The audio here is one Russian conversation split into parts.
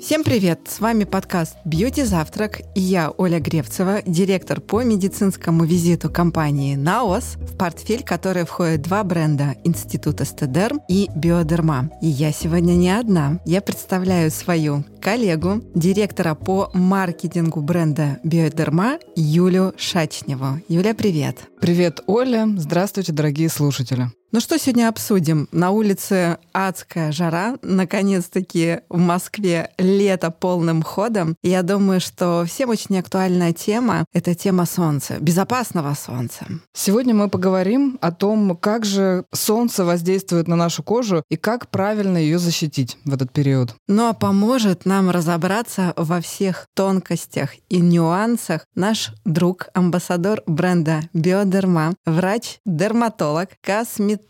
Всем привет! С вами подкаст «Бьюти Завтрак» и я, Оля Гревцева, директор по медицинскому визиту компании «Наос», в портфель которой входят два бренда Институт Эстедерм и Биодерма. И я сегодня не одна. Я представляю свою коллегу, директора по маркетингу бренда Биодерма Юлю Шачневу. Юля, привет! Привет, Оля! Здравствуйте, дорогие слушатели! Ну что сегодня обсудим? На улице адская жара. Наконец-таки в Москве лето полным ходом. Я думаю, что всем очень актуальная тема — это тема солнца, безопасного солнца. Сегодня мы поговорим о том, как же солнце воздействует на нашу кожу и как правильно ее защитить в этот период. Ну а поможет нам разобраться во всех тонкостях и нюансах наш друг, амбассадор бренда Биодерма, врач-дерматолог, косметолог,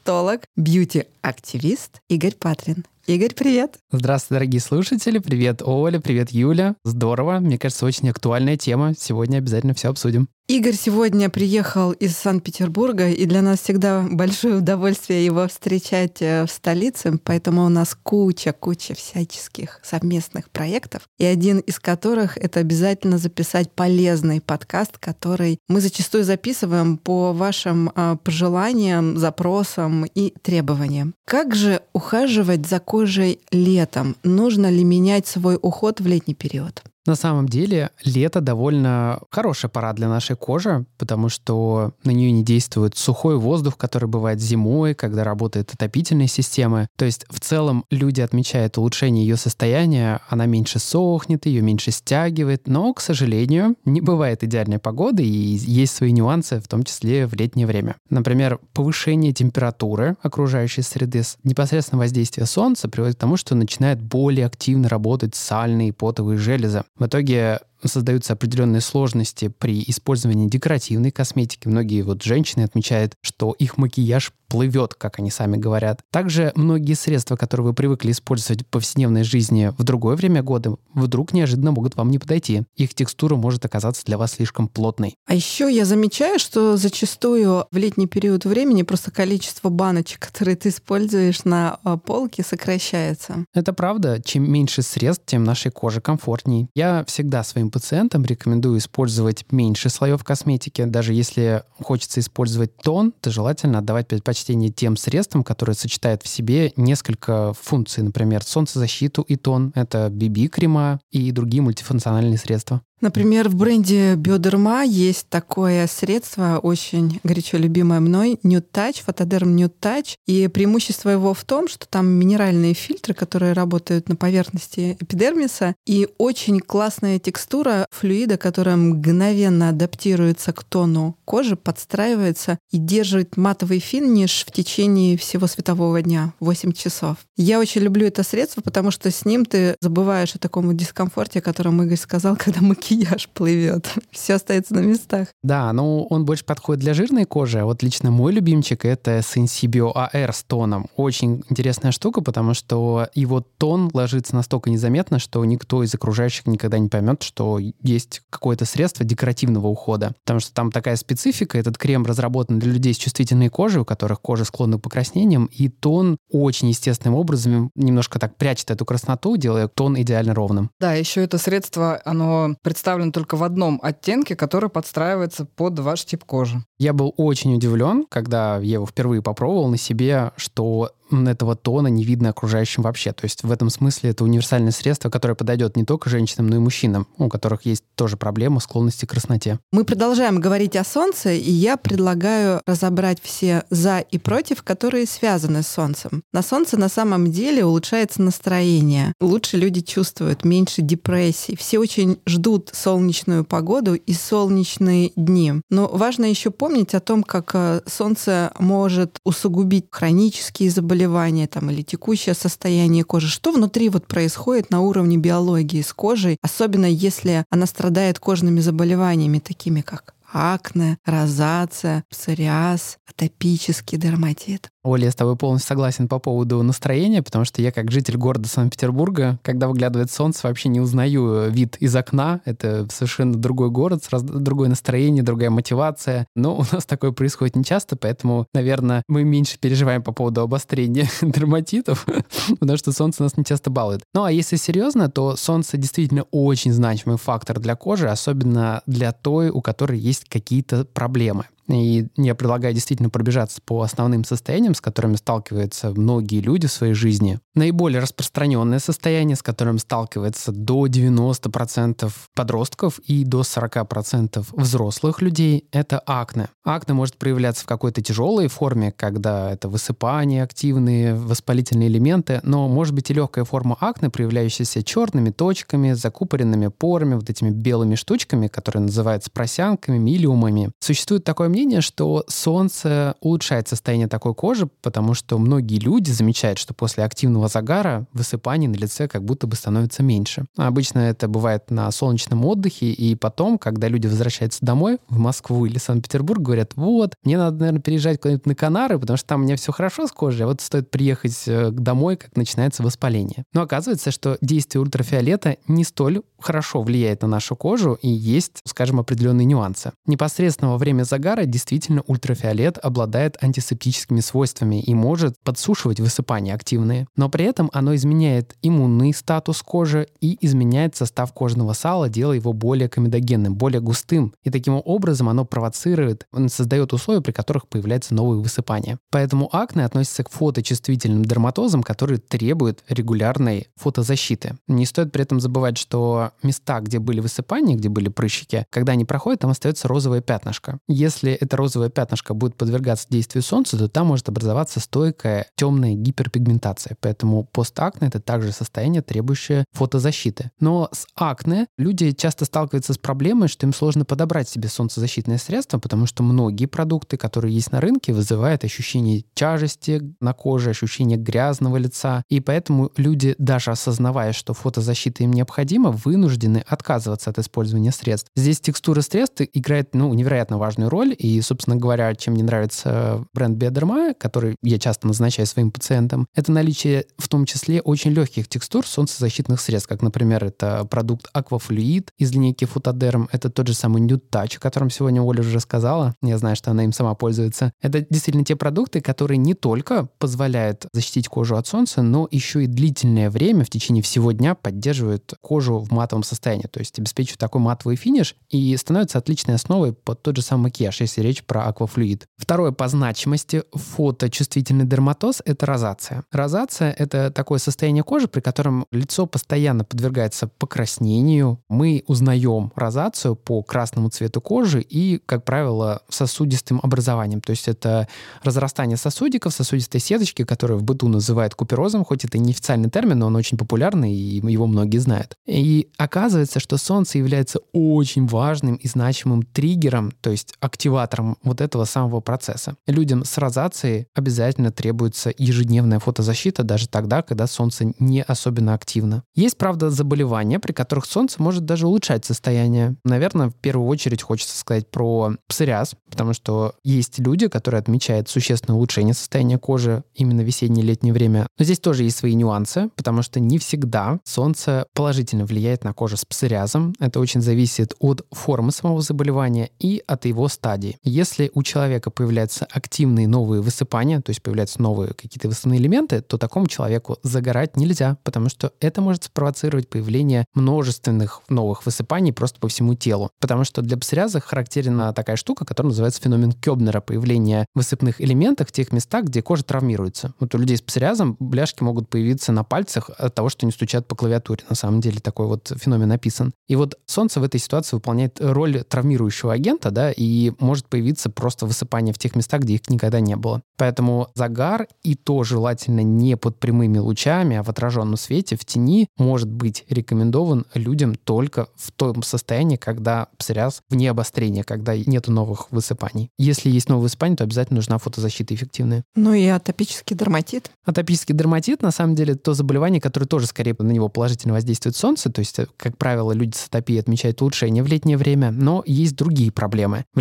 бьюти-активист Игорь Патрин. Игорь, привет! Здравствуйте, дорогие слушатели. Привет, Оля, привет, Юля. Здорово. Мне кажется, очень актуальная тема. Сегодня обязательно все обсудим. Игорь сегодня приехал из Санкт-Петербурга, и для нас всегда большое удовольствие его встречать в столице, поэтому у нас куча всяческих совместных проектов, и один из которых — это обязательно записать полезный подкаст, который мы зачастую записываем по вашим пожеланиям, запросам и требованиям. Как же ухаживать за кожей летом? Нужно ли менять свой уход в летний период? На самом деле, лето довольно хорошая пора для нашей кожи, потому что на нее не действует сухой воздух, который бывает зимой, когда работает отопительная система. То есть в целом люди отмечают улучшение ее состояния, она меньше сохнет, ее меньше стягивает, но, к сожалению, не бывает идеальной погоды и есть свои нюансы, в том числе в летнее время. Например, повышение температуры окружающей среды, непосредственно воздействие солнца приводит к тому, что начинает более активно работать сальные и потовые железы. В итоге создаются определенные сложности при использовании декоративной косметики. Многие женщины отмечают, что их макияж плывет, как они сами говорят. Также многие средства, которые вы привыкли использовать в повседневной жизни в другое время года, вдруг неожиданно могут вам не подойти. Их текстура может оказаться для вас слишком плотной. А еще я замечаю, что зачастую в летний период времени просто количество баночек, которые ты используешь на полке, сокращается. Это правда. Чем меньше средств, тем нашей коже комфортней. Я всегда своим пациентам рекомендую использовать меньше слоев косметики. Даже если хочется использовать тон, то желательно отдавать предпочтение тем средствам, которые сочетают в себе несколько функций. Например, солнцезащиту и тон. Это BB-крема и другие мультифункциональные средства. Например, в бренде Биодерма есть такое средство, очень горячо любимое мной, Nude Touch, Photoderm Nude Touch. И преимущество его в том, что там минеральные фильтры, которые работают на поверхности эпидермиса, и очень классная текстура флюида, которая мгновенно адаптируется к тону кожи, подстраивается и держит матовый финиш в течение всего светового дня, 8 часов. Я очень люблю это средство, потому что с ним ты забываешь о таком дискомфорте, о котором Игорь сказал, когда макияж плывет. Все остается на местах. Да, но он больше подходит для жирной кожи. А вот лично мой любимчик — это Sensibio AR с тоном. Очень интересная штука, потому что его тон ложится настолько незаметно, что никто из окружающих никогда не поймет, что есть какое-то средство декоративного ухода. Потому что там такая специфика. Этот крем разработан для людей с чувствительной кожей, у которых кожа склонна к покраснениям, и тон очень естественным образом немножко так прячет эту красноту, делая тон идеально ровным. Да, еще это средство, оно представлен только в одном оттенке, который подстраивается под ваш тип кожи. Я был очень удивлен, когда я его впервые попробовал на себе, что этого тона не видно окружающим вообще. То есть в этом смысле это универсальное средство, которое подойдет не только женщинам, но и мужчинам, у которых есть тоже проблема склонности к красноте. Мы продолжаем говорить о солнце, и я предлагаю разобрать все «за» и «против», которые связаны с солнцем. На солнце на самом деле улучшается настроение. Лучше люди чувствуют, меньше депрессий. Все очень ждут солнечную погоду и солнечные дни. Но важно еще помнить о том, как солнце может усугубить хронические заболевания или текущее состояние кожи. Что внутри происходит на уровне биологии с кожей, особенно если она страдает кожными заболеваниями, такими как акне, розация, псориаз, атопический дерматит. Оля, я с тобой полностью согласен по поводу настроения, потому что я, как житель города Санкт-Петербурга, когда выглядывает солнце, вообще не узнаю вид из окна. Это совершенно другой город, другое настроение, другая мотивация. Но у нас такое происходит нечасто, поэтому, наверное, мы меньше переживаем по поводу обострения дерматитов, потому что солнце нас не часто балует. Ну а если серьезно, то солнце действительно очень значимый фактор для кожи, особенно для той, у которой есть какие-то проблемы. И я предлагаю действительно пробежаться по основным состояниям, с которыми сталкиваются многие люди в своей жизни. Наиболее распространенное состояние, с которым сталкивается до 90% подростков и до 40% взрослых людей, это акне. Акне может проявляться в какой-то тяжелой форме, когда это высыпание, активные воспалительные элементы, но может быть и легкая форма акне, проявляющаяся черными точками, закупоренными порами, вот этими белыми штучками, которые называются просянками, миллиумами. Существует такое мнение, что солнце улучшает состояние такой кожи, потому что многие люди замечают, что после активного загара высыпаний на лице как будто бы становится меньше. Обычно это бывает на солнечном отдыхе, и потом, когда люди возвращаются домой, в Москву или Санкт-Петербург, говорят, вот, мне надо, наверное, переезжать куда-нибудь на Канары, потому что там у меня все хорошо с кожей, а вот стоит приехать домой, как начинается воспаление. Но оказывается, что действие ультрафиолета не столь хорошо влияет на нашу кожу, и есть, скажем, определенные нюансы. Непосредственно во время загара действительно ультрафиолет обладает антисептическими свойствами и может подсушивать высыпания активные. Но при этом оно изменяет иммунный статус кожи и изменяет состав кожного сала, делая его более комедогенным, более густым. И таким образом оно провоцирует, создает условия, при которых появляются новые высыпания. Поэтому акне относится к фоточувствительным дерматозам, которые требуют регулярной фотозащиты. Не стоит при этом забывать, что места, где были высыпания, где были прыщики, когда они проходят, там остается розовое пятнышко. Если это розовое пятнышко будет подвергаться действию солнца, то там может образоваться стойкая темная гиперпигментация. Поэтому постакне — это также состояние, требующее фотозащиты. Но с акне люди часто сталкиваются с проблемой, что им сложно подобрать себе солнцезащитное средство, потому что многие продукты, которые есть на рынке, вызывают ощущение тяжести на коже, ощущение грязного лица. И поэтому люди, даже осознавая, что фотозащита им необходима, вынуждены отказываться от использования средств. Здесь текстура средств играет невероятно важную роль. И, собственно говоря, чем мне нравится бренд Bioderma, который я часто назначаю своим пациентам, это наличие в том числе очень легких текстур солнцезащитных средств, как, например, это продукт Aquafluid из линейки Phytoderm, это тот же самый Nude Touch, о котором сегодня Оля уже сказала, я знаю, что она им сама пользуется. Это действительно те продукты, которые не только позволяют защитить кожу от солнца, но еще и длительное время, в течение всего дня поддерживают кожу в матовом состоянии, то есть обеспечивают такой матовый финиш и становятся отличной основой под тот же самый макияж, если речь про Aquafluid. Второе по значимости фоточувствительный дерматоз — это розация. Розация — это такое состояние кожи, при котором лицо постоянно подвергается покраснению. Мы узнаем розацию по красному цвету кожи и, как правило, сосудистым образованием. То есть это разрастание сосудиков, сосудистой сеточки, которую в быту называют куперозом, хоть это и не официальный термин, но он очень популярный, и его многие знают. И оказывается, что солнце является очень важным и значимым триггером, то есть активатором вот этого самого процесса. Людям с розацией обязательно требуется ежедневная фотозащита даже тогда, когда солнце не особенно активно. Есть, правда, заболевания, при которых солнце может даже улучшать состояние. Наверное, в первую очередь хочется сказать про псориаз, потому что есть люди, которые отмечают существенное улучшение состояния кожи именно в весеннее и летнее время. Но здесь тоже есть свои нюансы, потому что не всегда солнце положительно влияет на кожу с псориазом. Это очень зависит от формы самого заболевания и от его стадии. Если у человека появляются активные новые высыпания, то есть появляются новые какие-то высыпные элементы, то такому человеку загорать нельзя, потому что это может спровоцировать появление множественных новых высыпаний просто по всему телу. Потому что для псориаза характерна такая штука, которая называется феномен Кёбнера, появление высыпных элементов в тех местах, где кожа травмируется. Вот у людей с псориазом бляшки могут появиться на пальцах от того, что они стучат по клавиатуре. На самом деле такой вот феномен описан. И вот солнце в этой ситуации выполняет роль травмирующего агента, да, и может появиться просто высыпание в тех местах, где их никогда не было. Поэтому загар, и то желательно не под прямыми лучами, а в отраженном свете, в тени, может быть рекомендован людям только в том состоянии, когда псориаз вне обострения, когда нету новых высыпаний. Если есть новые высыпания, то обязательно нужна фотозащита эффективная. Ну и атопический дерматит. Атопический дерматит, на самом деле, то заболевание, которое тоже скорее на него положительно воздействует солнце. То есть, как правило, люди с атопией отмечают улучшение в летнее время, но есть другие проблемы. В летнее время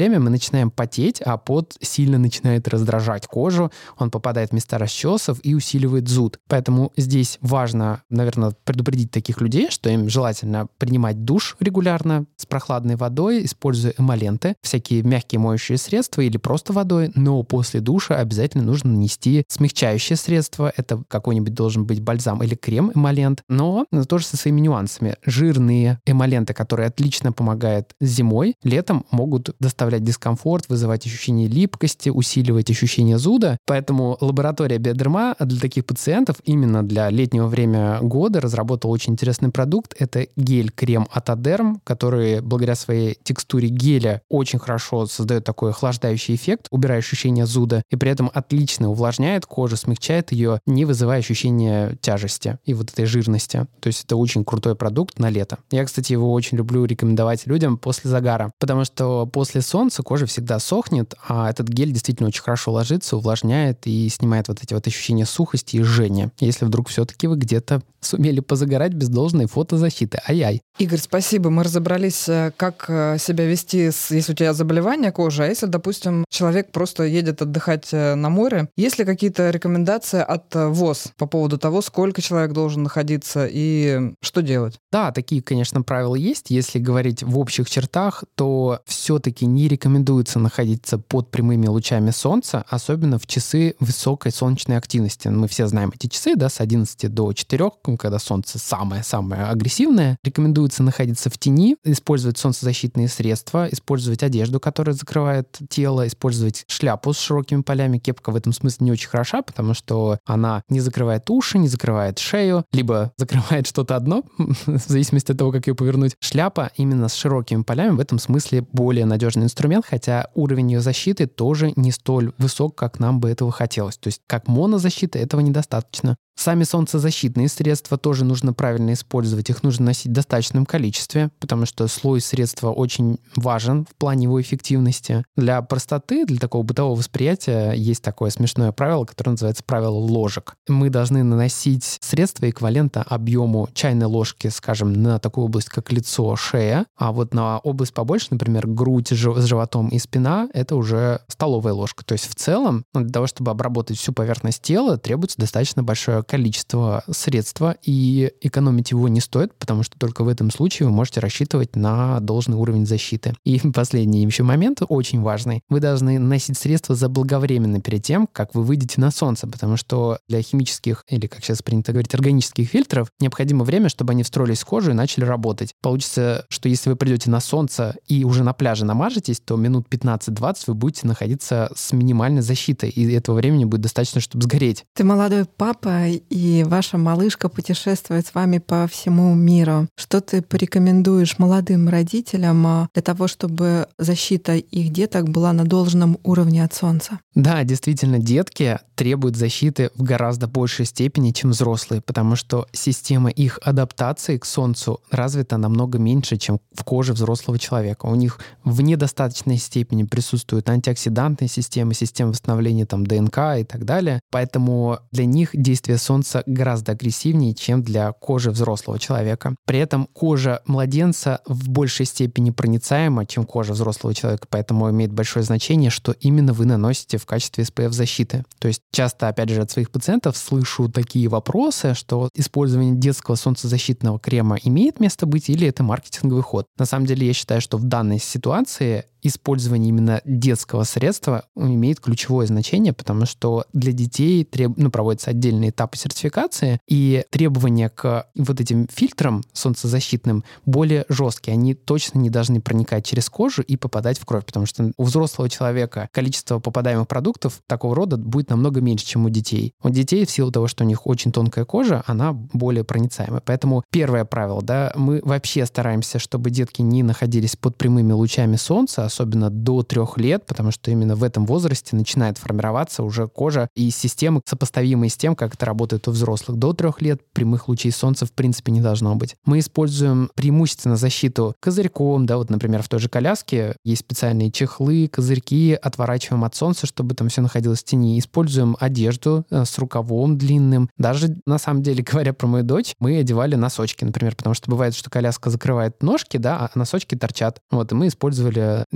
время мы начинаем потеть, а пот сильно начинает раздражать кожу, он попадает в места расчесов и усиливает зуд. Поэтому здесь важно, наверное, предупредить таких людей, что им желательно принимать душ регулярно с прохладной водой, используя эмоленты, всякие мягкие моющие средства или просто водой, но после душа обязательно нужно нанести смягчающее средство. Это какой-нибудь должен быть бальзам или крем-эмолент, но тоже со своими нюансами. Жирные эмоленты, которые отлично помогают зимой, летом могут доставлять дискомфорт, вызывать ощущение липкости, усиливать ощущение зуда. Поэтому лаборатория Биодерма для таких пациентов именно для летнего времени года разработала очень интересный продукт. Это гель-крем от Адерм, который благодаря своей текстуре геля очень хорошо создает такой охлаждающий эффект, убирая ощущение зуда, и при этом отлично увлажняет кожу, смягчает ее, не вызывая ощущения тяжести и вот этой жирности. То есть это очень крутой продукт на лето. Я, кстати, его очень люблю рекомендовать людям после загара, потому что после солнца кожа всегда сохнет, а этот гель действительно очень хорошо ложится, увлажняет и снимает вот эти вот ощущения сухости и жжения. Если вдруг все-таки вы где-то сумели позагорать без должной фотозащиты. Ай-яй. Игорь, спасибо. Мы разобрались, как себя вести, если у тебя заболевание кожи, а если, допустим, человек просто едет отдыхать на море. Есть ли какие-то рекомендации от ВОЗ по поводу того, сколько человек должен находиться и что делать? Да, такие, конечно, правила есть. Если говорить в общих чертах, то все-таки не рекомендуется находиться под прямыми лучами солнца, особенно в часы высокой солнечной активности. Мы все знаем эти часы, да, с 11 до 4, когда солнце самое-самое агрессивное. Рекомендуется находиться в тени, использовать солнцезащитные средства, использовать одежду, которая закрывает тело, использовать шляпу с широкими полями. Кепка в этом смысле не очень хороша, потому что она не закрывает уши, не закрывает шею, либо закрывает что-то одно, в зависимости от того, как ее повернуть. Шляпа именно с широкими полями в этом смысле более надежный инструмент, хотя уровень ее защиты тоже не столь высок, как нам бы этого хотелось. То есть как монозащита этого недостаточно. Сами солнцезащитные средства тоже нужно правильно использовать. Их нужно носить в достаточном количестве, потому что слой средства очень важен в плане его эффективности. Для простоты, для такого бытового восприятия есть такое смешное правило, которое называется правило ложек. Мы должны наносить средства эквивалента объему чайной ложки, скажем, на такую область, как лицо, шея, а вот на область побольше, например, грудь с животом и спина, это уже столовая ложка. То есть в целом, для того, чтобы обработать всю поверхность тела, требуется достаточно большое количество средства, и экономить его не стоит, потому что только в этом случае вы можете рассчитывать на должный уровень защиты. И последний еще момент, очень важный. Вы должны наносить средства заблаговременно перед тем, как вы выйдете на солнце, потому что для химических, или, как сейчас принято говорить, органических фильтров необходимо время, чтобы они встроились в кожу и начали работать. Получится, что если вы придете на солнце и уже на пляже намажетесь, то минут 15-20 вы будете находиться с минимальной защитой, и этого времени будет достаточно, чтобы сгореть. Ты молодой папа, и ваша малышка путешествует с вами по всему миру. Что ты порекомендуешь молодым родителям для того, чтобы защита их деток была на должном уровне от солнца? Да, действительно, детки требуют защиты в гораздо большей степени, чем взрослые, потому что система их адаптации к солнцу развита намного меньше, чем в коже взрослого человека. У них в недостаточной степени присутствуют антиоксидантные системы, системы восстановления ДНК и так далее. Поэтому для них действие солнца гораздо агрессивнее, чем для кожи взрослого человека. При этом кожа младенца в большей степени проницаема, чем кожа взрослого человека, поэтому имеет большое значение, что именно вы наносите в качестве SPF-защиты. То есть часто, опять же, от своих пациентов слышу такие вопросы, что использование детского солнцезащитного крема имеет место быть или это маркетинговый ход. На самом деле, я считаю, что в данной ситуации использование именно детского средства имеет ключевое значение, потому что для детей проводятся отдельные этапы сертификации, и требования к вот этим фильтрам солнцезащитным более жесткие. Они точно не должны проникать через кожу и попадать в кровь, потому что у взрослого человека количество попадаемых продуктов такого рода будет намного меньше, чем у детей. У детей в силу того, что у них очень тонкая кожа, она более проницаемая. Поэтому первое правило, мы вообще стараемся, чтобы детки не находились под прямыми лучами солнца, особенно до 3 лет, потому что именно в этом возрасте начинает формироваться уже кожа и системы, сопоставимые с тем, как это работает у взрослых. До 3 лет прямых лучей солнца в принципе не должно быть. Мы используем преимущественно защиту козырьком, например, в той же коляске есть специальные чехлы, козырьки, отворачиваем от солнца, чтобы там все находилось в тени. Используем одежду с рукавом длинным. Даже, на самом деле, говоря про мою дочь, мы одевали носочки, например, потому что бывает, что коляска закрывает ножки, а носочки торчат. И мы использовали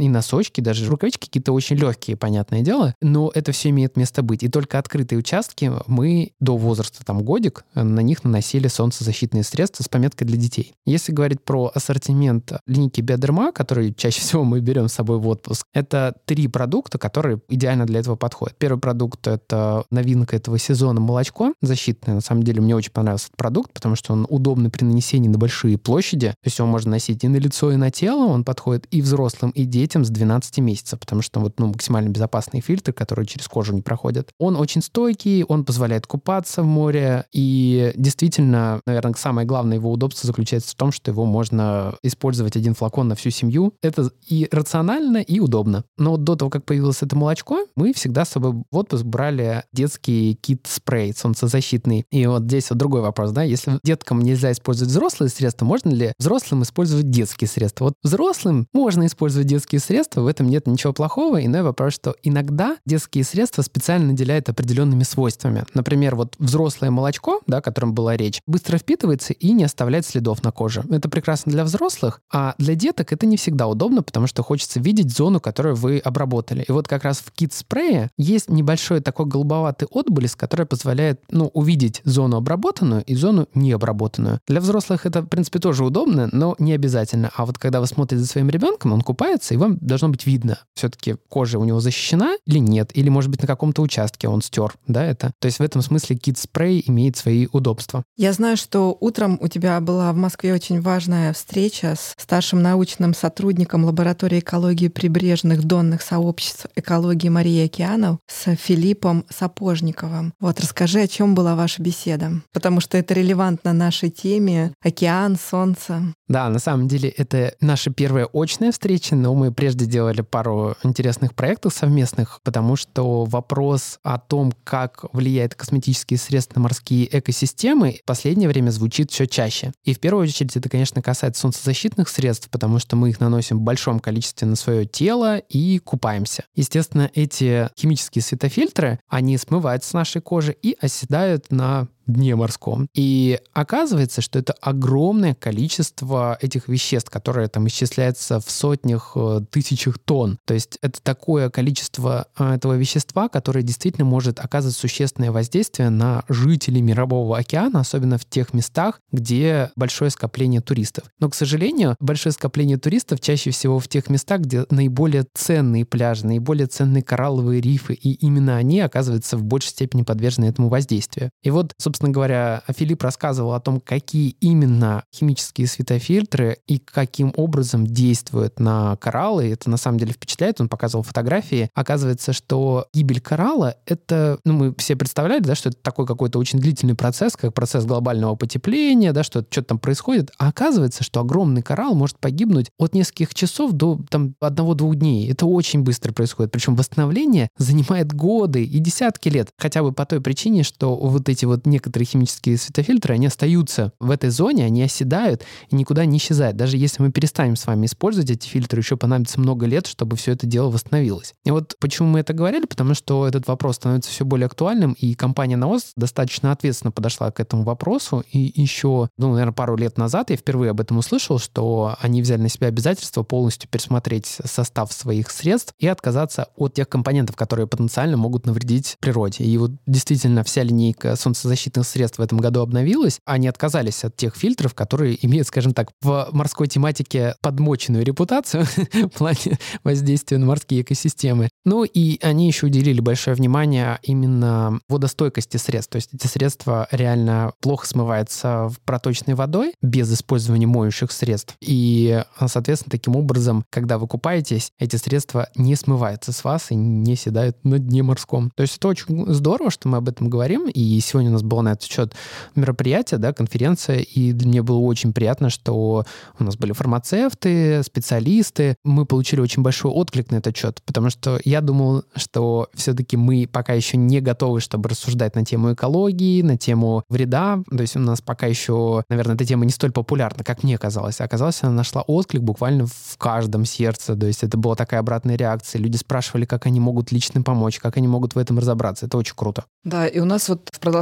и носочки, даже рукавички какие-то очень легкие, понятное дело, но это все имеет место быть. И только открытые участки мы до возраста, годик, на них наносили солнцезащитные средства с пометкой для детей. Если говорить про ассортимент линейки Биодерма, который чаще всего мы берем с собой в отпуск, это 3 продукта, которые идеально для этого подходят. Первый продукт — это новинка этого сезона — молочко защитное. На самом деле мне очень понравился этот продукт, потому что он удобный при нанесении на большие площади. То есть его можно носить и на лицо, и на тело. Он подходит и взрослым, и детям с 12 месяцев, потому что максимально безопасные фильтры, которые через кожу не проходят. Он очень стойкий, он позволяет купаться в море, и действительно, наверное, самое главное его удобство заключается в том, что его можно использовать один флакон на всю семью. Это и рационально, и удобно. Но вот до того, как появилось это молочко, мы всегда с собой в отпуск брали детский кит-спрей солнцезащитный. И вот здесь вот другой вопрос, да, если деткам нельзя использовать взрослые средства, можно ли взрослым использовать детские средства? Вот взрослым можно использовать детские средства, в этом нет ничего плохого. Иной вопрос, что иногда детские средства специально наделяют определенными свойствами. Например, вот взрослое молочко, да, о котором была речь, быстро впитывается и не оставляет следов на коже. Это прекрасно для взрослых, а для деток это не всегда удобно, потому что хочется видеть зону, которую вы обработали. И вот как раз в кит-спрее есть небольшой такой голубоватый отблеск, который позволяет, увидеть зону обработанную и зону необработанную. Для взрослых это, в принципе, тоже удобно, но не обязательно. А вот когда вы смотрите за своим ребенком, он купается, и вам должно быть видно, все-таки кожа у него защищена или нет, или, может быть, на каком-то участке он стер, да, это. То есть в этом смысле кит-спрей имеет свои удобства. Я знаю, что утром у тебя была в Москве очень важная встреча с старшим научным сотрудником лаборатории экологии прибрежных донных сообществ экологии морей и океанов с Филиппом Сапожниковым. Вот расскажи, о чем была ваша беседа, потому что это релевантно нашей теме океан, солнце. Да, на самом деле это наша первая очная встреча, но мы прежде делали пару интересных проектов совместных, потому что вопрос о том, как влияют косметические средства на морские экосистемы, в последнее время звучит все чаще. И в первую очередь это, конечно, касается солнцезащитных средств, потому что мы их наносим в большом количестве на свое тело и купаемся. Естественно, эти химические светофильтры, они смываются с нашей кожи и оседают на дне морском. И оказывается, что это огромное количество этих веществ, которые там исчисляются в сотнях, тысячах тонн. То есть это такое количество этого вещества, которое действительно может оказывать существенное воздействие на жителей Мирового океана, особенно в тех местах, где большое скопление туристов. Но, к сожалению, большое скопление туристов чаще всего в тех местах, где наиболее ценные пляжи, наиболее ценные коралловые рифы, и именно они оказываются в большей степени подвержены этому воздействию. И вот, собственно говоря, Филипп рассказывал о том, какие именно химические светофильтры и каким образом действуют на кораллы. Это на самом деле впечатляет. Он показывал фотографии. Оказывается, что гибель коралла — это, мы все представляли, да, что это такой какой-то очень длительный процесс, как процесс глобального потепления, да, что что-то там происходит. А оказывается, что огромный коралл может погибнуть от нескольких часов до 1-2 дней. Это очень быстро происходит. Причем восстановление занимает годы и десятки лет. Хотя бы по той причине, что вот эти вот некоторые химические светофильтры, они остаются в этой зоне, они оседают и никуда не исчезают. Даже если мы перестанем с вами использовать эти фильтры, еще понадобится много лет, чтобы все это дело восстановилось. И вот почему мы это говорили? Потому что этот вопрос становится все более актуальным, и компания НАОС достаточно ответственно подошла к этому вопросу. И еще, наверное, пару лет назад я впервые об этом услышал, что они взяли на себя обязательство полностью пересмотреть состав своих средств и отказаться от тех компонентов, которые потенциально могут навредить природе. И вот действительно вся линейка солнцезащитных средств в этом году обновилась. Они отказались от тех фильтров, которые имеют, скажем так, в морской тематике подмоченную репутацию в плане воздействия на морские экосистемы. Ну и они еще уделили большое внимание именно водостойкости средств. То есть эти средства реально плохо смываются проточной водой без использования моющих средств. И, соответственно, таким образом, когда вы купаетесь, эти средства не смываются с вас и не седают на дне морском. То есть это очень здорово, что мы об этом говорим. И сегодня у нас было на этот счет мероприятие, да, конференция, и мне было очень приятно, что у нас были фармацевты, специалисты. Мы получили очень большой отклик на этот счет, потому что я думал, что все-таки мы пока еще не готовы, чтобы рассуждать на тему экологии, на тему вреда. То есть у нас пока еще, наверное, эта тема не столь популярна, как мне казалось. А оказалось, она нашла отклик буквально в каждом сердце. То есть это была такая обратная реакция. Люди спрашивали, как они могут лично помочь, как они могут в этом разобраться. Это очень круто. Да, и у нас вот в продолжении темы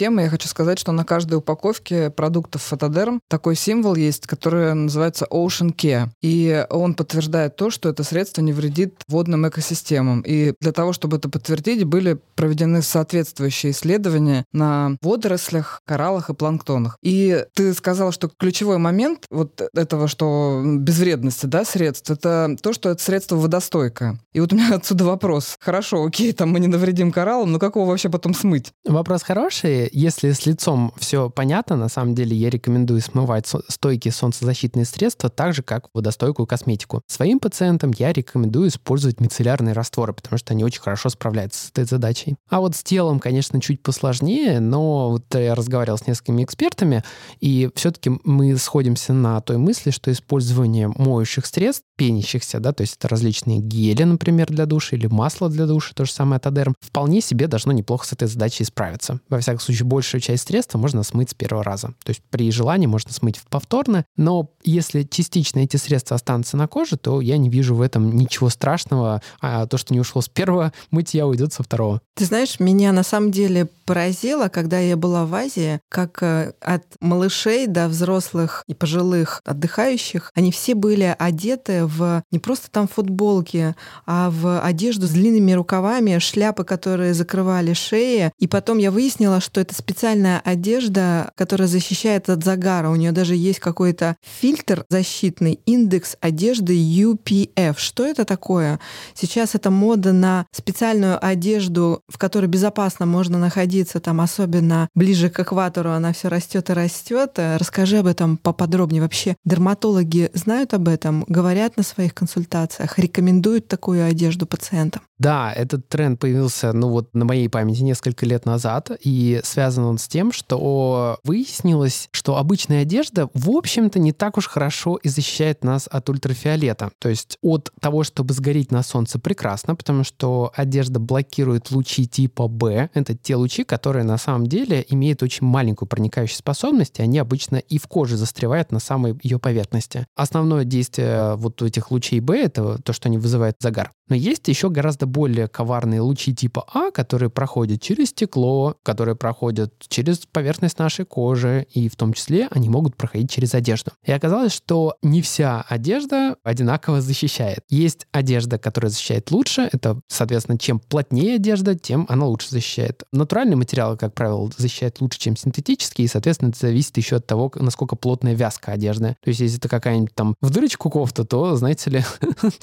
тема. Я хочу сказать, что на каждой упаковке продуктов Фотодерм такой символ есть, который называется Ocean Care. И он подтверждает то, что это средство не вредит водным экосистемам. И для того, чтобы это подтвердить, были проведены соответствующие исследования на водорослях, кораллах и планктонах. И ты сказал, что ключевой момент вот этого, что безвредности, да, средств, это то, что это средство водостойкое. И вот у меня отсюда вопрос. Хорошо, окей, там мы не навредим кораллам, но как его вообще потом смыть? Вопрос хороший. Если с лицом все понятно, на самом деле я рекомендую смывать стойкие солнцезащитные средства так же, как водостойкую косметику. Своим пациентам я рекомендую использовать мицеллярные растворы, потому что они очень хорошо справляются с этой задачей. А вот с телом, конечно, чуть посложнее, но вот я разговаривал с несколькими экспертами, и все-таки мы сходимся на той мысли, что использование моющих средств, пенящихся, да, то есть это различные гели, например, для душа, или масло для душа, то же самое Атодерм, вполне себе должно неплохо с этой задачей справиться. Во всяком случае, большую часть средства можно смыть с первого раза. То есть при желании можно смыть повторно, но если частично эти средства останутся на коже, то я не вижу в этом ничего страшного, а то, что не ушло с первого мытья, уйдет со второго. Ты знаешь, меня на самом деле поразило, когда я была в Азии, как от малышей до взрослых и пожилых отдыхающих, они все были одеты в не просто там футболки, а в одежду с длинными рукавами, шляпы, которые закрывали шеи. И потом я выяснила, что это специальная одежда, которая защищает от загара. У нее даже есть какой-то фильтр защитный, индекс одежды UPF. Что это такое? Сейчас это мода на специальную одежду, в которой безопасно можно находиться, там, особенно ближе к экватору, она все растет и растет. Расскажи об этом поподробнее. Вообще, дерматологи знают об этом, говорят на своих консультациях, рекомендуют такую одежду пациентам? Да, этот тренд появился, на моей памяти несколько лет назад, и связан он с тем, что выяснилось, что обычная одежда, в общем-то, не так уж хорошо и защищает нас от ультрафиолета. То есть от того, чтобы сгореть на солнце, прекрасно, потому что одежда блокирует лучи типа B. Это те лучи, которые на самом деле имеют очень маленькую проникающую способность, и они обычно и в коже застревают на самой ее поверхности. Основное действие вот этих лучей B — это то, что они вызывают загар. Но есть еще гораздо более коварные лучи типа А, которые проходят через стекло, которые проходят через поверхность нашей кожи, и в том числе они могут проходить через одежду. И оказалось, что не вся одежда одинаково защищает. Есть одежда, которая защищает лучше. Это, соответственно, чем плотнее одежда, тем она лучше защищает. Натуральные материалы, как правило, защищают лучше, чем синтетические, и, соответственно, это зависит еще от того, насколько плотная вязка одежды. То есть, если это какая-нибудь там в дырочку кофта, то, знаете ли,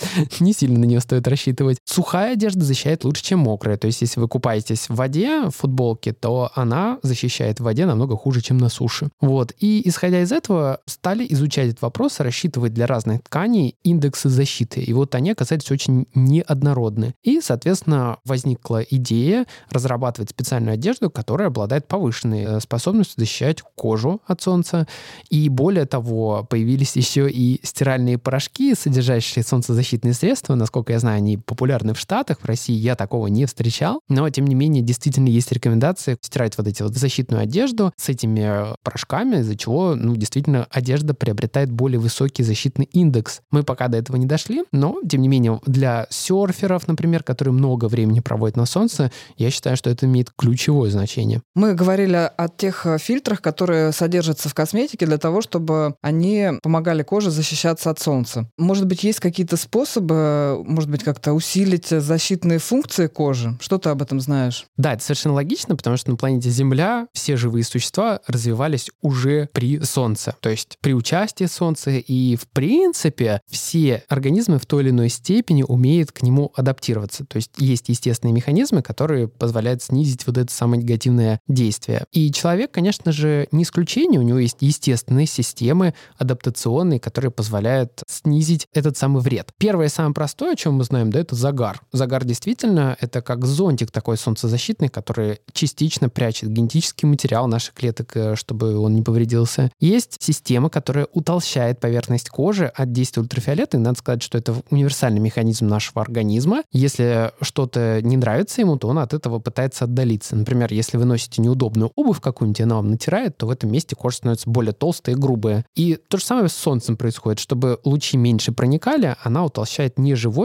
не сильно на нее стоит рассчитывать. Сухая одежда защищает лучше, чем мокрая. То есть, если вы купаетесь в воде, в футболке, то она защищает в воде намного хуже, чем на суше. Вот. И, исходя из этого, стали изучать этот вопрос, рассчитывать для разных тканей индексы защиты. И вот они оказались очень неоднородны. И, соответственно, возникла идея разрабатывать специальную одежду, которая обладает повышенной способностью защищать кожу от солнца. И более того, появились еще и стиральные порошки, содержащие солнцезащитные средства. Насколько я знаю, они популярны в Штатах. В России я такого не встречал. Но, тем не менее, действительно есть рекомендации стирать вот эти вот защитную одежду с этими порошками, из-за чего, действительно, одежда приобретает более высокий защитный индекс. Мы пока до этого не дошли, но, тем не менее, для серферов, например, которые много времени проводят на солнце, я считаю, что это имеет ключевое значение. Мы говорили о тех фильтрах, которые содержатся в косметике для того, чтобы они помогали коже защищаться от солнца. Может быть, есть какие-то способы, может быть, как-то усилить защитные функции кожи? Что ты об этом знаешь? Да, это совершенно логично, потому что на планете Земля все живые существа развивались уже при Солнце, то есть при участии Солнца, и, в принципе, все организмы в той или иной степени умеют к нему адаптироваться. То есть есть естественные механизмы, которые позволяют снизить вот это самое негативное действие. И человек, конечно же, не исключение, у него есть естественные системы адаптационные, которые позволяют снизить этот самый вред. Первое и самое простое, о чем мы знаем, да, это загар. Загар действительно это как зонтик такой солнцезащитный, который частично прячет генетический материал наших клеток, чтобы он не повредился. Есть система, которая утолщает поверхность кожи от действия ультрафиолета, и надо сказать, что это универсальный механизм нашего организма. Если что-то не нравится ему, то он от этого пытается отдалиться. Например, если вы носите неудобную обувь какую-нибудь, и она вам натирает, то в этом месте кожа становится более толстая и грубая. И то же самое с солнцем происходит. Чтобы лучи меньше проникали, она утолщает неживой роговой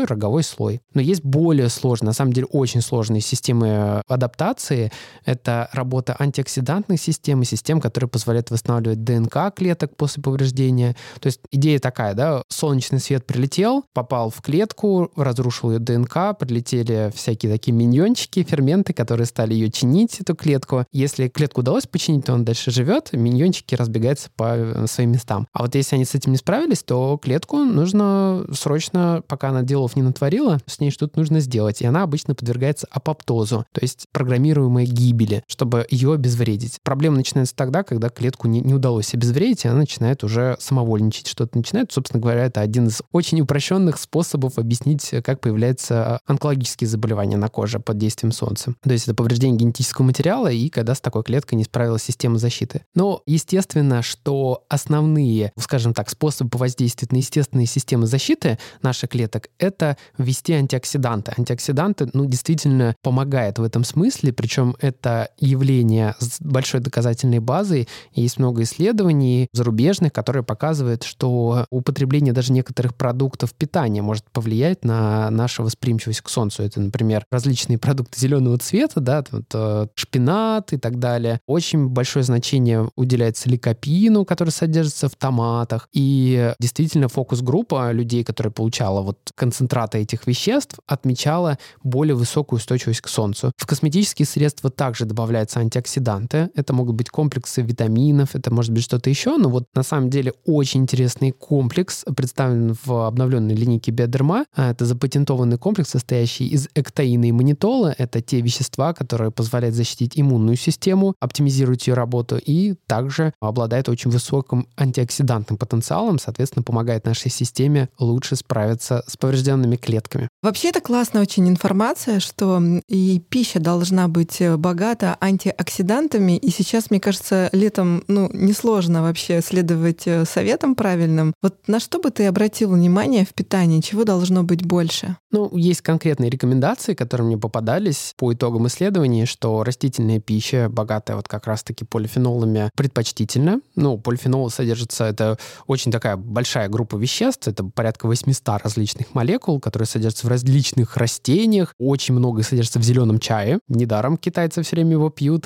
второй слой. Но есть более сложные, на самом деле очень сложные системы адаптации. Это работа антиоксидантных систем и систем, которые позволяют восстанавливать ДНК клеток после повреждения. То есть идея такая, да, солнечный свет прилетел, попал в клетку, разрушил ее ДНК, прилетели всякие такие миньончики, ферменты, которые стали ее чинить, эту клетку. Если клетку удалось починить, то он дальше живет, миньончики разбегаются по своим местам. А вот если они с этим не справились, то клетку нужно срочно, пока она делов не натворила, с ней что-то нужно сделать. И она обычно подвергается апоптозу, то есть программируемой гибели, чтобы ее обезвредить. Проблема начинается тогда, когда клетку не удалось обезвредить, и она начинает уже самовольничать, что-то начинает. Собственно говоря, это один из очень упрощенных способов объяснить, как появляются онкологические заболевания на коже под действием солнца. То есть это повреждение генетического материала, и когда с такой клеткой не справилась система защиты. Но естественно, что основные, скажем так, способы воздействовать на естественные системы защиты наших клеток — это ввести антиоксиданты. Антиоксиданты, действительно помогают в этом смысле, причем это явление с большой доказательной базой. Есть много исследований зарубежных, которые показывают, что употребление даже некоторых продуктов питания может повлиять на нашу восприимчивость к солнцу. Это, например, различные продукты зеленого цвета, да, шпинат и так далее. Очень большое значение уделяется ликопину, который содержится в томатах. И действительно фокус-группа людей, которая получала концентраты этих веществ, отмечала более высокую устойчивость к солнцу. В косметические средства также добавляются антиоксиданты. Это могут быть комплексы витаминов, это может быть что-то еще, но на самом деле очень интересный комплекс представлен в обновленной линейке Биодерма. Это запатентованный комплекс, состоящий из эктоина и манитола. Это те вещества, которые позволяют защитить иммунную систему, оптимизировать ее работу и также обладает очень высоким антиоксидантным потенциалом, соответственно, помогает нашей системе лучше справиться с поврежденными клетками. Вообще это классная очень информация, что и пища должна быть богата антиоксидантами. И сейчас, мне кажется, летом несложно вообще следовать советам правильным. На что бы ты обратил внимание в питании? Чего должно быть больше? Есть конкретные рекомендации, которые мне попадались по итогам исследований, что растительная пища, богатая как раз-таки полифенолами, предпочтительна. Полифенолы содержатся, это очень такая большая группа веществ, это порядка 800 различных молекул, которые содержатся в различных растениях. Очень много содержится в зеленом чае. Недаром китайцы все время его пьют.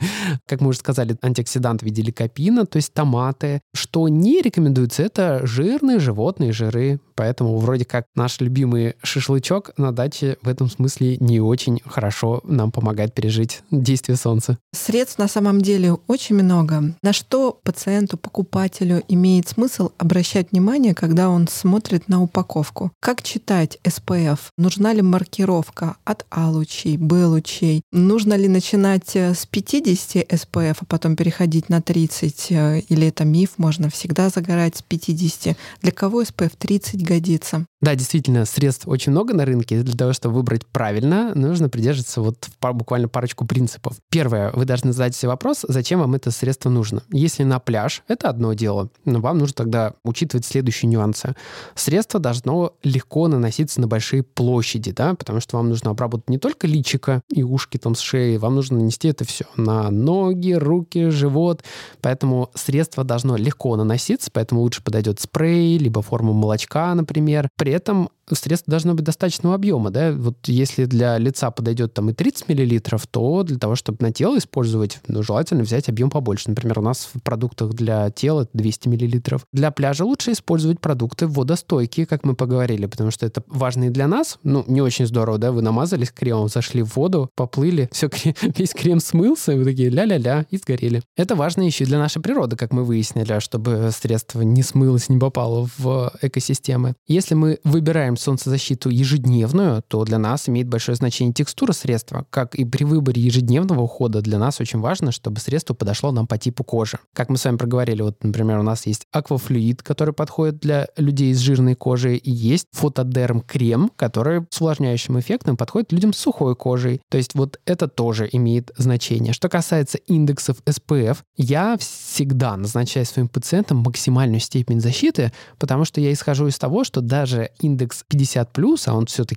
Как мы уже сказали, антиоксидант в виде ликопина, то есть томаты. Что не рекомендуется, это жирные животные жиры. Поэтому вроде как наш любимый шашлычок на даче в этом смысле не очень хорошо нам помогает пережить действие солнца. Средств на самом деле очень много. На что пациенту, покупателю имеет смысл обращать внимание, когда он смотрит на упаковку? Как читать SPF? Нужна ли маркировка от А-лучей, Б-лучей? Нужно ли начинать с 50 SPF, а потом переходить на 30? Или это миф? Можно всегда загорать с 50. Для кого SPF 30 годится? Да, действительно, средств очень много на рынке. Для того, чтобы выбрать правильно, нужно придерживаться буквально парочку принципов. Первое, вы должны задать себе вопрос, зачем вам это средство нужно. Если на пляж, это одно дело, но вам нужно тогда учитывать следующие нюансы. Средство должно легко наноситься на большие площади, да, потому что вам нужно обработать не только личико и ушки с шеи, вам нужно нанести это все на ноги, руки, живот, поэтому средство должно легко наноситься, поэтому лучше подойдет спрей, либо форма молочка, например. При этом средство должно быть достаточного объема, да, если для лица подойдет и 30 мл, то для того, чтобы на тело использовать, желательно взять объем побольше. Например, у нас в продуктах для тела 200 мл. Для пляжа лучше использовать продукты водостойкие, как мы поговорили, потому что это важно и для нас. Не очень здорово, да, вы намазались кремом, зашли в воду, поплыли, все, весь крем смылся, и вы такие ля-ля-ля, и сгорели. Это важно еще и для нашей природы, как мы выяснили, чтобы средство не смылось, не попало в экосистемы. Если мы выбираем солнцезащиту ежедневную, то для нас имеет большое значение текстура средства. Как и при выборе ежедневного ухода, для нас очень важно, чтобы средство подошло нам по типу кожи. Как мы с вами проговорили, например, у нас есть аквафлюид, который подходит для людей с жирной кожей, и есть фотодерм-крем, который с увлажняющим эффектом подходит людям с сухой кожей. То есть это тоже имеет значение. Что касается индексов SPF, я всегда назначаю своим пациентам максимальную степень защиты, потому что я исхожу из того, что даже индекс 50+, а он все-таки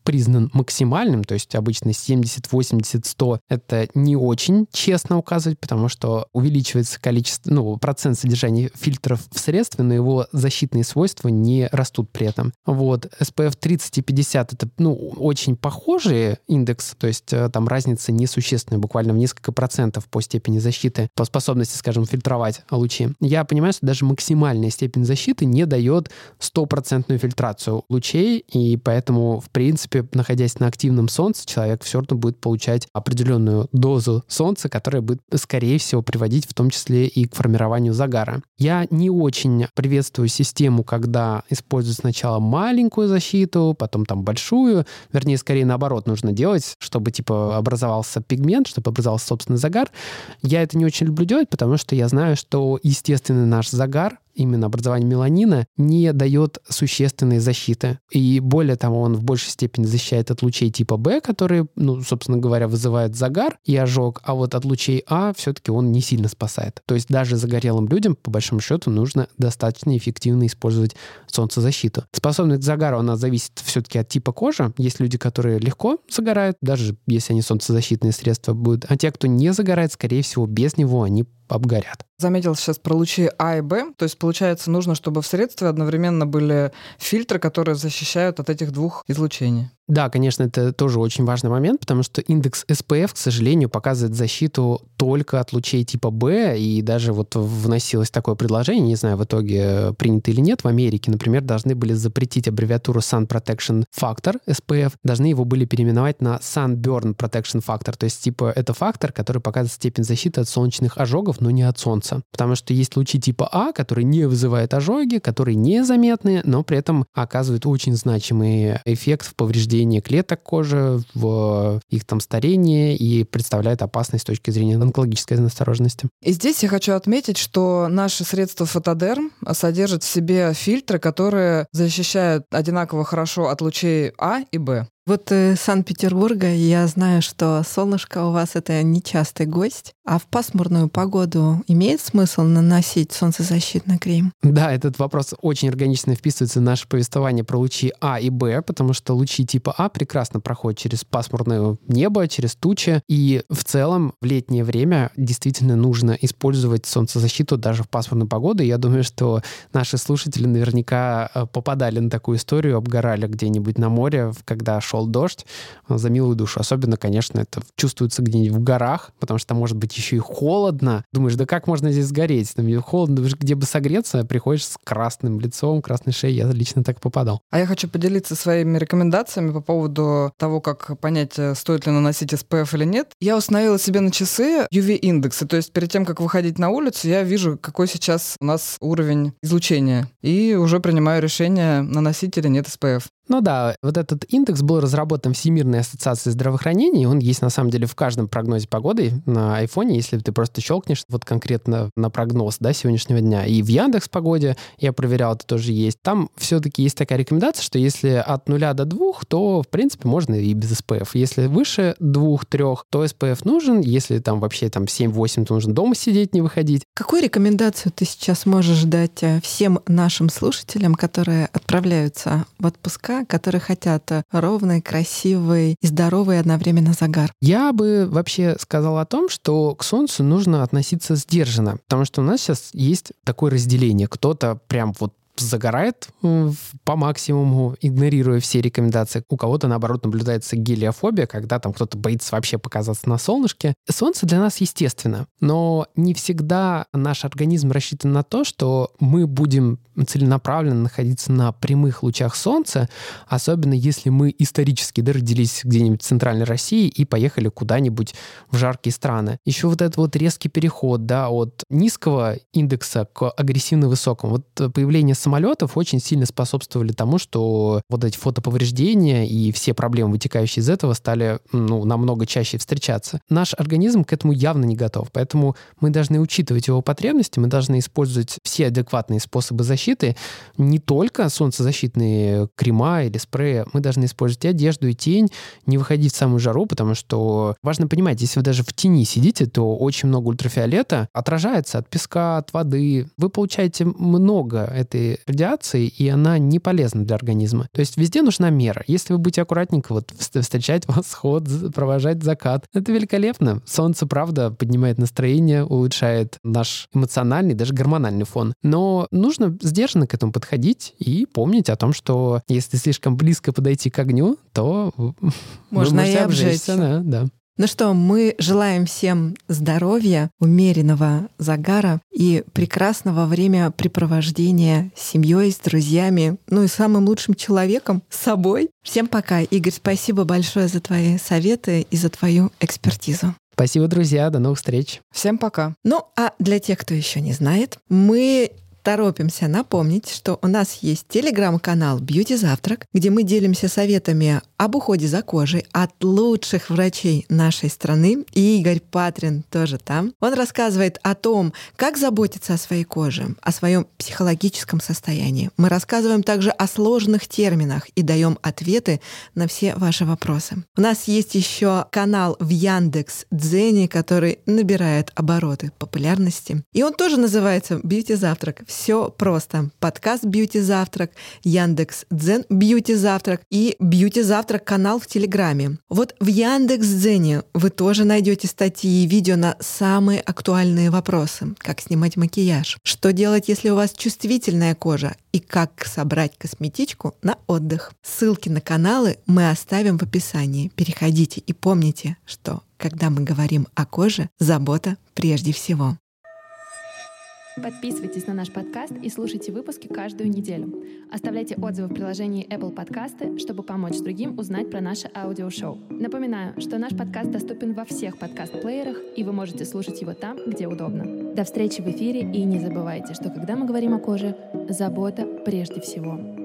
признан максимальным, то есть обычно 70, 80, 100 — это не очень честно указывать, потому что увеличивается количество, процент содержания фильтров в средстве, но его защитные свойства не растут при этом. Вот. SPF 30 и 50 — это, очень похожие индекс, то есть там разница несущественная, буквально в несколько процентов по степени защиты, по способности, скажем, фильтровать лучи. Я понимаю, что даже максимальная степень защиты не дает стопроцентную фильтрацию лучей, и поэтому, в принципе, находясь на активном солнце, человек все равно будет получать определенную дозу солнца, которая будет, скорее всего, приводить в том числе и к формированию загара. Я не очень приветствую систему, когда используют сначала маленькую защиту, потом там большую. Вернее, скорее наоборот нужно делать, чтобы образовался пигмент, чтобы образовался собственный загар. Я это не очень люблю делать, потому что я знаю, что естественный наш загар, именно образование меланина, не дает существенной защиты. И более того, он в большей степени защищает от лучей типа В, которые, собственно говоря, вызывают загар и ожог, а вот от лучей А все-таки он не сильно спасает. То есть даже загорелым людям, по большому счету, нужно достаточно эффективно использовать солнцезащиту. Способность к загару, она зависит все-таки от типа кожи. Есть люди, которые легко загорают, даже если они солнцезащитные средства будут, а те, кто не загорает, скорее всего, без него они обгорят. Заметил сейчас про лучи А и Б. То есть, получается, нужно, чтобы в средстве одновременно были фильтры, которые защищают от этих двух излучений. Да, конечно, это тоже очень важный момент, потому что индекс SPF, к сожалению, показывает защиту только от лучей типа B, и даже вот вносилось такое предложение, не знаю, в итоге принято или нет, в Америке, например, должны были запретить аббревиатуру Sun Protection Factor, SPF, должны его были переименовать на Sunburn Protection Factor, то есть это фактор, который показывает степень защиты от солнечных ожогов, но не от солнца. Потому что есть лучи типа А, которые не вызывают ожоги, которые незаметны, но при этом оказывают очень значимый эффект в повреждении клеток кожи, в их старении и представляет опасность с точки зрения онкологической настороженности. И здесь я хочу отметить, что наше средство Фотодерм содержит в себе фильтры, которые защищают одинаково хорошо от лучей А и Б. Вот из Санкт-Петербурга я знаю, что солнышко у вас — это нечастый гость, а в пасмурную погоду имеет смысл наносить солнцезащитный крем? Да, этот вопрос очень органично вписывается в наше повествование про лучи А и Б, потому что лучи типа А прекрасно проходят через пасмурное небо, через тучи, и в целом в летнее время действительно нужно использовать солнцезащиту даже в пасмурную погоду. Я думаю, что наши слушатели наверняка попадали на такую историю, обгорали где-нибудь на море, когда шел дождь, за милую душу. Особенно, конечно, это чувствуется где-нибудь в горах, потому что может быть еще и холодно. Думаешь, да как можно здесь сгореть? Там холодно, где бы согреться, приходишь с красным лицом, красной шеей. Я лично так попадал. А я хочу поделиться своими рекомендациями по поводу того, как понять, стоит ли наносить SPF или нет. Я установила себе на часы UV-индексы, то есть перед тем, как выходить на улицу, я вижу, какой сейчас у нас уровень излучения, и уже принимаю решение, наносить или нет SPF. Ну да, вот этот индекс был разработан Всемирной ассоциацией здравоохранения, и он есть на самом деле в каждом прогнозе погоды на айфоне, если ты просто щелкнешь вот конкретно на прогноз, сегодняшнего дня. И в Яндекс.Погоде я проверял, это тоже есть. Там все-таки есть такая рекомендация, что если от 0 до 2, то, в принципе, можно и без SPF. Если выше 2-3, то SPF нужен. Если там вообще 7-8, то нужно дома сидеть, не выходить. Какую рекомендацию ты сейчас можешь дать всем нашим слушателям, которые отправляются в отпуска, которые хотят ровный, красивый и здоровый одновременно загар? Я бы вообще сказал о том, что к солнцу нужно относиться сдержанно, потому что у нас сейчас есть такое разделение. Кто-то прям загорает по максимуму, игнорируя все рекомендации. У кого-то, наоборот, наблюдается гелиофобия, когда кто-то боится вообще показаться на солнышке. Солнце для нас естественно, но не всегда наш организм рассчитан на то, что мы будем целенаправленно находиться на прямых лучах солнца, особенно если мы исторически родились где-нибудь в Центральной России и поехали куда-нибудь в жаркие страны. Еще этот резкий переход от низкого индекса к агрессивно высокому. Появление самолетов очень сильно способствовали тому, что эти фотоповреждения и все проблемы, вытекающие из этого, стали намного чаще встречаться. Наш организм к этому явно не готов, поэтому мы должны учитывать его потребности, мы должны использовать все адекватные способы защиты, не только солнцезащитные крема или спреи, мы должны использовать и одежду, и тень, не выходить в самую жару, потому что важно понимать, если вы даже в тени сидите, то очень много ультрафиолета отражается от песка, от воды. Вы получаете много этой радиации, и она не полезна для организма. То есть везде нужна мера. Если вы будете аккуратненько вот встречать восход, провожать закат, это великолепно. Солнце, правда, поднимает настроение, улучшает наш эмоциональный, даже гормональный фон. Но нужно сдержанно к этому подходить и помнить о том, что если слишком близко подойти к огню, то можно и обжечься. Да. Ну что, мы желаем всем здоровья, умеренного загара и прекрасного времяпрепровождения с семьей, с друзьями, ну и самым лучшим человеком, с собой. Всем пока. Игорь, спасибо большое за твои советы и за твою экспертизу. Спасибо, друзья. До новых встреч. Всем пока. Ну, а для тех, кто еще не знает, мы торопимся напомнить, что у нас есть телеграм-канал «Бьюти Завтрак», где мы делимся советами об уходе за кожей от лучших врачей нашей страны. И Игорь Патрин тоже там. Он рассказывает о том, как заботиться о своей коже, о своем психологическом состоянии. Мы рассказываем также о сложных терминах и даем ответы на все ваши вопросы. У нас есть еще канал в Яндекс.Дзене, который набирает обороты популярности. И он тоже называется «Бьюти Завтрак». Все просто. Подкаст «Бьюти Завтрак», Яндекс.Дзен «Бьюти Завтрак» и «Бьюти Завтрак» канал в Телеграме. Вот в Яндекс.Дзене вы тоже найдете статьи и видео на самые актуальные вопросы. Как снимать макияж, что делать, если у вас чувствительная кожа, и как собрать косметичку на отдых. Ссылки на каналы мы оставим в описании. Переходите и помните, что когда мы говорим о коже, забота прежде всего. Подписывайтесь на наш подкаст и слушайте выпуски каждую неделю. Оставляйте отзывы в приложении Apple Podcasts, чтобы помочь другим узнать про наше аудиошоу. Напоминаю, что наш подкаст доступен во всех подкаст-плеерах, и вы можете слушать его там, где удобно. До встречи в эфире, и не забывайте, что когда мы говорим о коже, забота прежде всего.